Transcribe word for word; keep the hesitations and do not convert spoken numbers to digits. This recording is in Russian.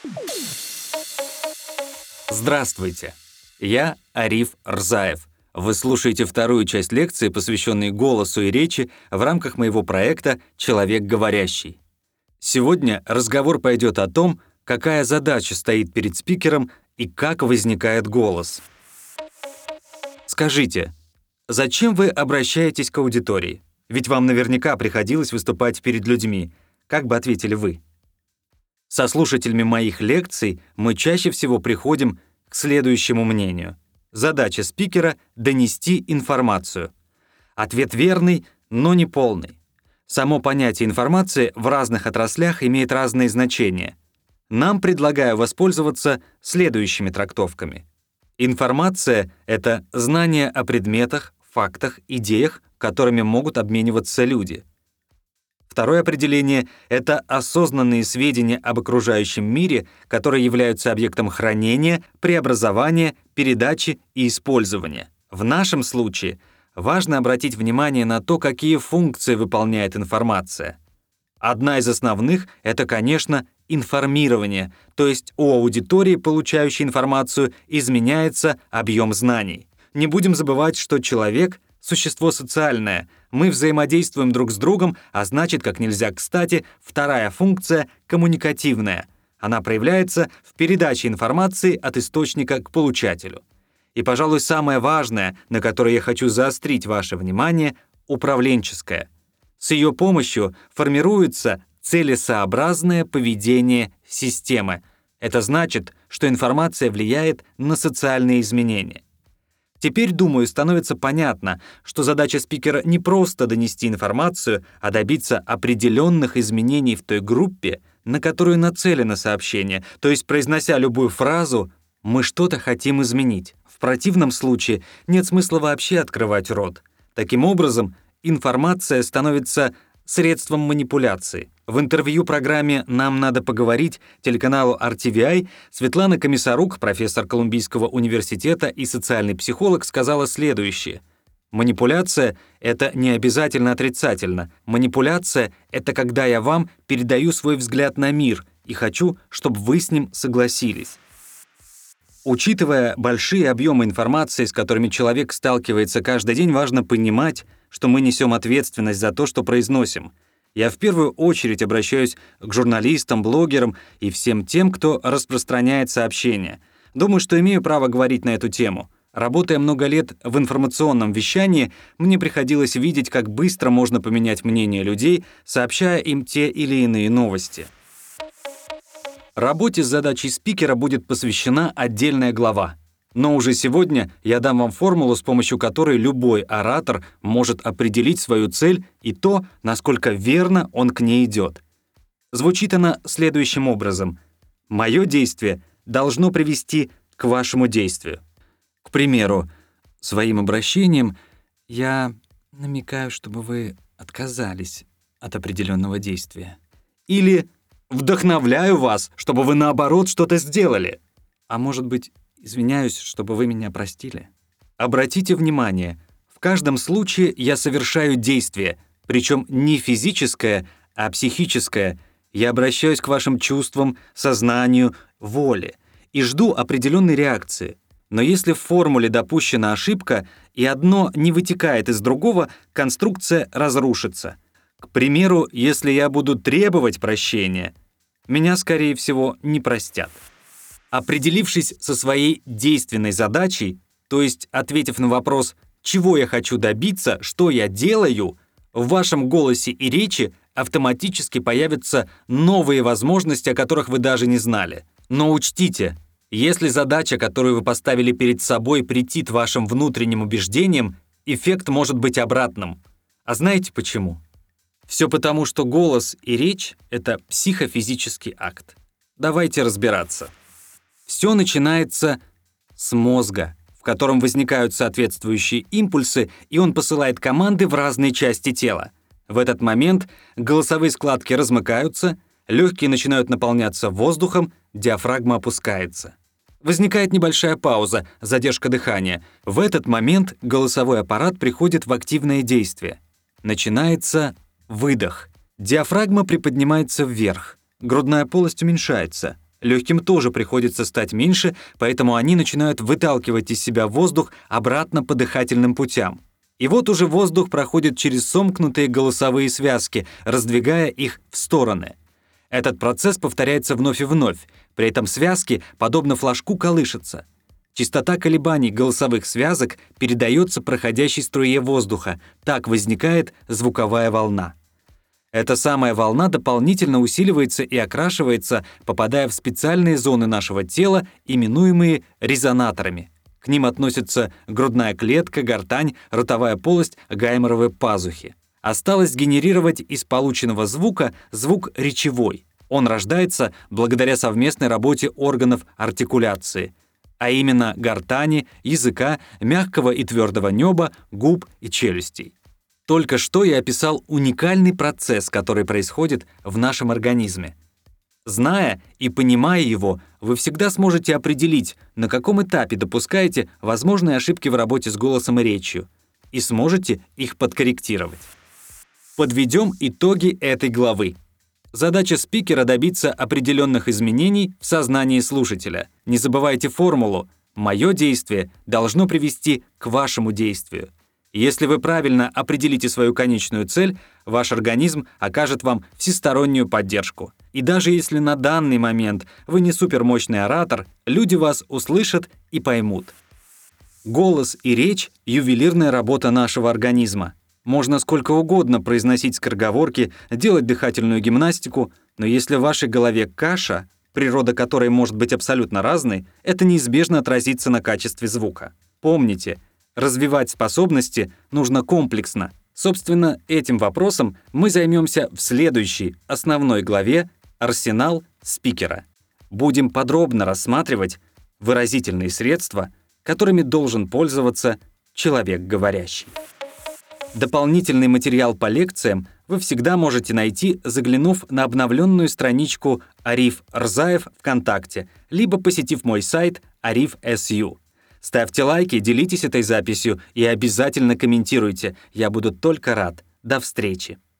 Здравствуйте, я Ариф Рзаев. Вы слушаете вторую часть лекции, посвященной голосу и речи в рамках моего проекта «Человек говорящий». Сегодня разговор пойдет о том, какая задача стоит перед спикером и как возникает голос. Скажите, зачем вы обращаетесь к аудитории? Ведь вам наверняка приходилось выступать перед людьми. Как бы ответили вы? Со слушателями моих лекций мы чаще всего приходим к следующему мнению. Задача спикера — донести информацию. Ответ верный, но не полный. Само понятие информации в разных отраслях имеет разные значения. Нам предлагаю воспользоваться следующими трактовками. Информация — это знание о предметах, фактах, идеях, которыми могут обмениваться люди. Второе определение — это осознанные сведения об окружающем мире, которые являются объектом хранения, преобразования, передачи и использования. В нашем случае важно обратить внимание на то, какие функции выполняет информация. Одна из основных — это, конечно, информирование, то есть у аудитории, получающей информацию, изменяется объем знаний. Не будем забывать, что человек — существо социальное. Мы взаимодействуем друг с другом, а значит, как нельзя кстати, вторая функция — коммуникативная. Она проявляется в передаче информации от источника к получателю. И, пожалуй, самое важное, на которое я хочу заострить ваше внимание — управленческое. С ее помощью формируется целесообразное поведение системы. Это значит, что информация влияет на социальные изменения. Теперь, думаю, становится понятно, что задача спикера не просто донести информацию, а добиться определенных изменений в той группе, на которую нацелено сообщение, то есть, произнося любую фразу, мы что-то хотим изменить. В противном случае нет смысла вообще открывать рот. Таким образом, информация становится средством манипуляции. В интервью программе «Нам надо поговорить» телеканалу эр ти ви ай Светлана Комиссарук, профессор Колумбийского университета и социальный психолог, сказала следующее. Манипуляция — это не обязательно отрицательно. Манипуляция — это когда я вам передаю свой взгляд на мир и хочу, чтобы вы с ним согласились. Учитывая большие объемы информации, с которыми человек сталкивается каждый день, важно понимать, что мы несем ответственность за то, что произносим. Я в первую очередь обращаюсь к журналистам, блогерам и всем тем, кто распространяет сообщения. Думаю, что имею право говорить на эту тему. Работая много лет в информационном вещании, мне приходилось видеть, как быстро можно поменять мнение людей, сообщая им те или иные новости. Работе с задачей спикера будет посвящена отдельная глава. Но уже сегодня я дам вам формулу, с помощью которой любой оратор может определить свою цель и то, насколько верно он к ней идет. Звучит она следующим образом. Мое действие должно привести к вашему действию. К примеру, своим обращением я намекаю, чтобы вы отказались от определенного действия. Или вдохновляю вас, чтобы вы наоборот что-то сделали. А может быть, извиняюсь, чтобы вы меня простили. Обратите внимание, в каждом случае я совершаю действие, причем не физическое, а психическое. Я обращаюсь к вашим чувствам, сознанию, воле и жду определенной реакции. Но если в формуле допущена ошибка и одно не вытекает из другого, конструкция разрушится. К примеру, если я буду требовать прощения, меня, скорее всего, не простят. Определившись со своей действенной задачей, то есть ответив на вопрос «чего я хочу добиться, что я делаю», в вашем голосе и речи автоматически появятся новые возможности, о которых вы даже не знали. Но учтите, если задача, которую вы поставили перед собой, претит вашим внутренним убеждениям, эффект может быть обратным. А знаете почему? Все потому, что голос и речь — это психофизический акт. Давайте разбираться. Все начинается с мозга, в котором возникают соответствующие импульсы, и он посылает команды в разные части тела. В этот момент голосовые складки размыкаются, легкие начинают наполняться воздухом, диафрагма опускается. Возникает небольшая пауза, задержка дыхания. В этот момент голосовой аппарат приходит в активное действие. Начинается выдох. Диафрагма приподнимается вверх. Грудная полость уменьшается. Легким тоже приходится стать меньше, поэтому они начинают выталкивать из себя воздух обратно по дыхательным путям. И вот уже воздух проходит через сомкнутые голосовые связки, раздвигая их в стороны. Этот процесс повторяется вновь и вновь, при этом связки, подобно флажку, колышутся. Частота колебаний голосовых связок передается проходящей струе воздуха, так возникает звуковая волна. Эта самая волна дополнительно усиливается и окрашивается, попадая в специальные зоны нашего тела, именуемые резонаторами. К ним относятся грудная клетка, гортань, ротовая полость, гайморовые пазухи. Осталось генерировать из полученного звука звук речевой. Он рождается благодаря совместной работе органов артикуляции, а именно гортани, языка, мягкого и твердого неба, губ и челюстей. Только что я описал уникальный процесс, который происходит в нашем организме. Зная и понимая его, вы всегда сможете определить, на каком этапе допускаете возможные ошибки в работе с голосом и речью, и сможете их подкорректировать. Подведем итоги этой главы. Задача спикера — добиться определенных изменений в сознании слушателя. Не забывайте формулу «Мое действие должно привести к вашему действию». Если вы правильно определите свою конечную цель, ваш организм окажет вам всестороннюю поддержку. И даже если на данный момент вы не супермощный оратор, люди вас услышат и поймут. Голос и речь — ювелирная работа нашего организма. Можно сколько угодно произносить скороговорки, делать дыхательную гимнастику, но если в вашей голове каша, природа которой может быть абсолютно разной, это неизбежно отразится на качестве звука. Помните, развивать способности нужно комплексно. Собственно, этим вопросом мы займемся в следующей, основной главе «Арсенал спикера». Будем подробно рассматривать выразительные средства, которыми должен пользоваться человек говорящий. Дополнительный материал по лекциям вы всегда можете найти, заглянув на обновленную страничку Ариф Рзаев ВКонтакте, либо посетив мой сайт ариф точка эс ю. Ставьте лайки, делитесь этой записью и обязательно комментируйте. Я буду только рад. До встречи.